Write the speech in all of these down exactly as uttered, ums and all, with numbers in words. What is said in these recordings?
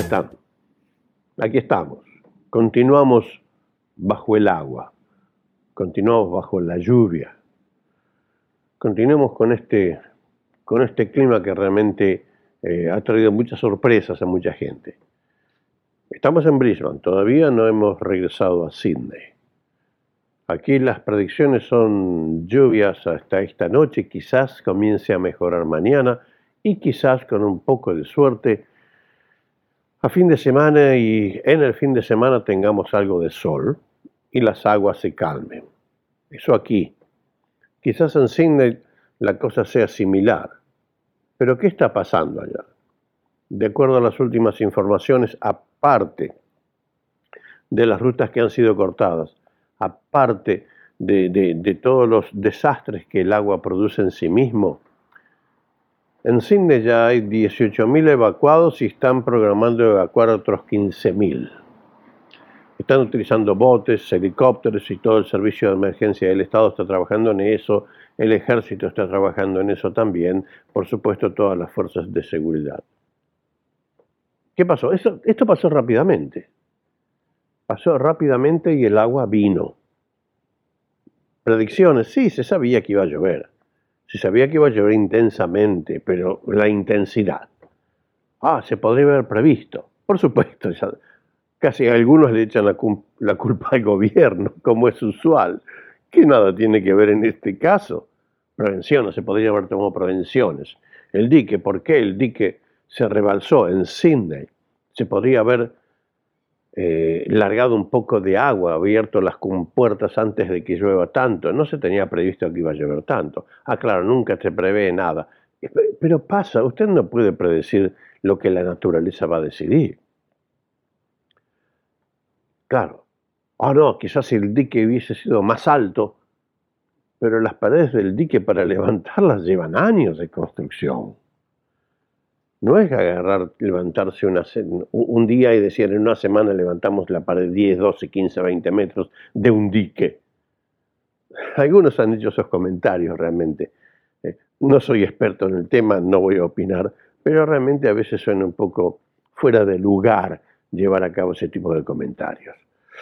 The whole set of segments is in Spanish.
están. Aquí estamos. Continuamos bajo el agua. Continuamos bajo la lluvia. Continuemos con este, con este clima que realmente eh, ha traído muchas sorpresas a mucha gente. Estamos en Brisbane, todavía no hemos regresado a Sydney. Aquí las predicciones son lluvias hasta esta noche, quizás comience a mejorar mañana y quizás con un poco de suerte a fin de semana y en el fin de semana tengamos algo de sol y las aguas se calmen. Eso aquí. Quizás en Sydney la cosa sea similar. Pero ¿qué está pasando allá? De acuerdo a las últimas informaciones, aparte de las rutas que han sido cortadas, aparte de, de, de todos los desastres que el agua produce en sí mismo, en Sydney ya hay dieciocho mil evacuados y están programando evacuar otros quince mil. Están utilizando botes, helicópteros y todo el servicio de emergencia del Estado está trabajando en eso, el ejército está trabajando en eso también, por supuesto todas las fuerzas de seguridad. ¿Qué pasó? Eso, esto pasó rápidamente. Pasó rápidamente y el agua vino. Predicciones, sí, se sabía que iba a llover. Se sabía que iba a llover intensamente, pero la intensidad. Ah, se podría haber previsto. Por supuesto, ya, casi algunos le echan la, la culpa al gobierno, como es usual, que nada tiene que ver en este caso. Prevenciones, se podría haber tomado prevenciones. El dique, ¿por qué el dique se rebalsó en Sydney? Se podría haber eh, largado un poco de agua, abierto las compuertas antes de que llueva tanto. No se tenía previsto que iba a llover tanto. Ah, claro, nunca se prevé nada. Pero pasa, usted no puede predecir lo que la naturaleza va a decidir. Claro. Ah, no, quizás el dique hubiese sido más alto, pero las paredes del dique para levantarlas llevan años de construcción. No es agarrar, levantarse una, un día y decir en una semana levantamos la pared diez, doce, quince, veinte metros de un dique. Algunos han hecho esos comentarios realmente. Eh, no soy experto en el tema, no voy a opinar, pero realmente a veces suena un poco fuera de lugar llevar a cabo ese tipo de comentarios.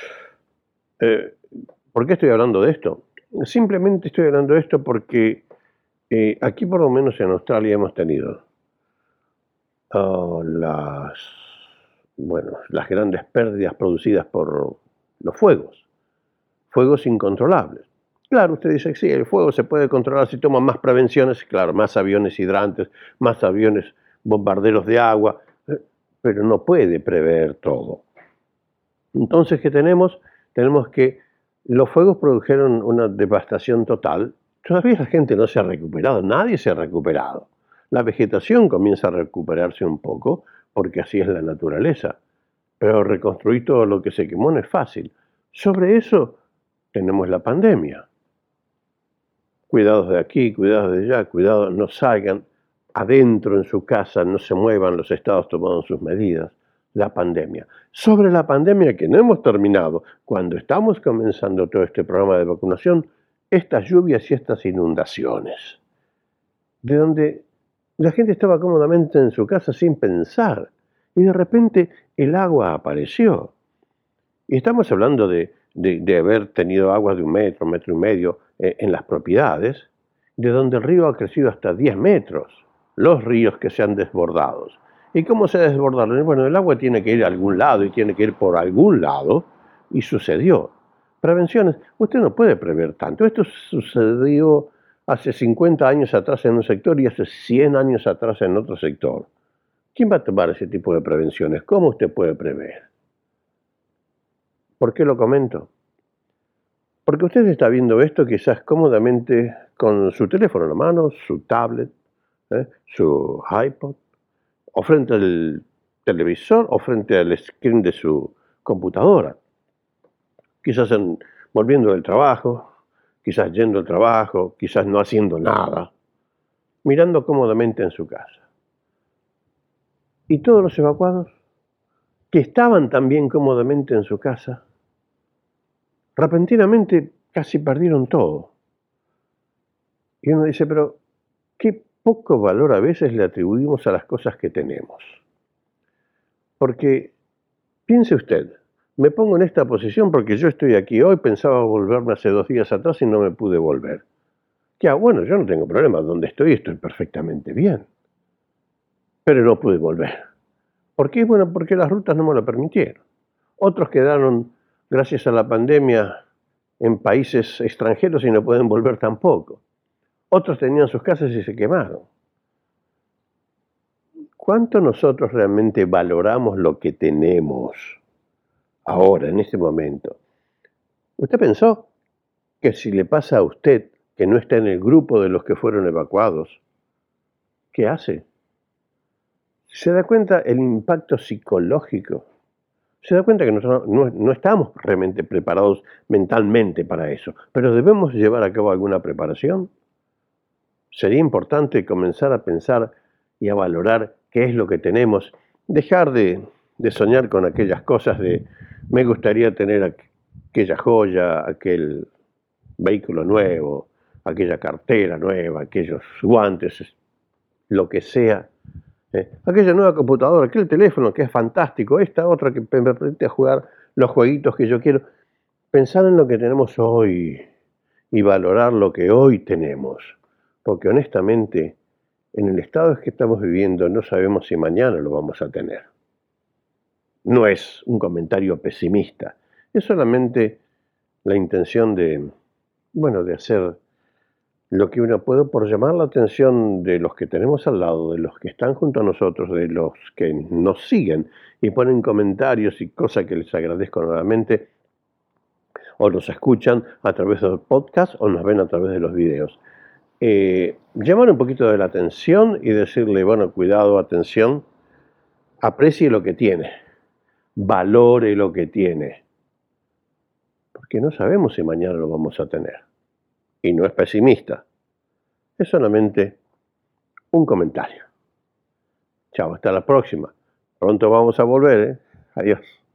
Eh, ¿Por qué estoy hablando de esto? Simplemente estoy hablando de esto porque eh, aquí por lo menos en Australia hemos tenido uh, las, bueno, las grandes pérdidas producidas por los fuegos, fuegos incontrolables. Claro, usted dice que sí, el fuego se puede controlar si toma más prevenciones, claro, más aviones hidrantes, más aviones bombarderos de agua, pero no puede prever todo. Entonces, ¿qué tenemos? Tenemos que los fuegos produjeron una devastación total. Todavía la gente no se ha recuperado, nadie se ha recuperado. La vegetación comienza a recuperarse un poco, porque así es la naturaleza. Pero reconstruir todo lo que se quemó no es fácil. Sobre eso tenemos la pandemia. Cuidados de aquí, cuidados de allá, cuidados, no salgan adentro en su casa, no se muevan, los estados tomaron sus medidas. La pandemia. Sobre la pandemia que no hemos terminado, cuando estamos comenzando todo este programa de vacunación, estas lluvias y estas inundaciones, de donde la gente estaba cómodamente en su casa sin pensar, y de repente el agua apareció. Y estamos hablando de, de, de haber tenido agua de un metro, metro y medio eh, en las propiedades, de donde el río ha crecido hasta diez metros, los ríos que se han desbordado. ¿Y cómo se desbordaron? Bueno, el agua tiene que ir a algún lado y tiene que ir por algún lado, y sucedió. Prevenciones, usted no puede prever tanto. Esto sucedió hace cincuenta años atrás en un sector y hace cien años atrás en otro sector. ¿Quién va a tomar ese tipo de prevenciones? ¿Cómo usted puede prever? ¿Por qué lo comento? Porque usted está viendo esto quizás cómodamente con su teléfono en la mano, su tablet, ¿eh? su iPod, o frente al televisor o frente al screen de su computadora. Quizás en, volviendo del trabajo, quizás yendo al trabajo, quizás no haciendo nada, mirando cómodamente en su casa. Y todos los evacuados, que estaban también cómodamente en su casa, repentinamente casi perdieron todo. Y uno dice, pero qué poco valor a veces le atribuimos a las cosas que tenemos. Porque, piense usted, me pongo en esta posición porque yo estoy aquí hoy, pensaba volverme hace dos días atrás y no me pude volver. Ya, bueno, yo no tengo problema, donde estoy estoy perfectamente bien. Pero no pude volver. ¿Por qué? Bueno, porque las rutas no me lo permitieron. Otros quedaron, gracias a la pandemia, en países extranjeros y no pueden volver tampoco. Otros tenían sus casas y se quemaron. ¿Cuánto nosotros realmente valoramos lo que tenemos ahora, en este momento? ¿Usted pensó que si le pasa a usted que no está en el grupo de los que fueron evacuados, qué hace? ¿Se da cuenta el impacto psicológico? ¿Se da cuenta que nosotros no, no estamos realmente preparados mentalmente para eso? Pero debemos llevar a cabo alguna preparación. Sería importante comenzar a pensar y a valorar qué es lo que tenemos, dejar de, de soñar con aquellas cosas de me gustaría tener aquella joya, aquel vehículo nuevo, aquella cartera nueva, aquellos guantes, lo que sea, ¿eh? Aquella nueva computadora, aquel teléfono que es fantástico, esta otra que me permite jugar los jueguitos que yo quiero. Pensar en lo que tenemos hoy y valorar lo que hoy tenemos, porque honestamente, en el estado en que estamos viviendo, no sabemos si mañana lo vamos a tener. No es un comentario pesimista, es solamente la intención de, bueno, de hacer lo que uno puede por llamar la atención de los que tenemos al lado, de los que están junto a nosotros, de los que nos siguen y ponen comentarios y cosas que les agradezco nuevamente, o nos escuchan a través de los podcasts o nos ven a través de los videos. Eh, llamar un poquito de la atención y decirle, bueno, cuidado, atención, aprecie lo que tiene, valore lo que tiene, porque no sabemos si mañana lo vamos a tener. Y no es pesimista, es solamente un comentario. Chao, hasta la próxima. Pronto vamos a volver, ¿eh? Adiós.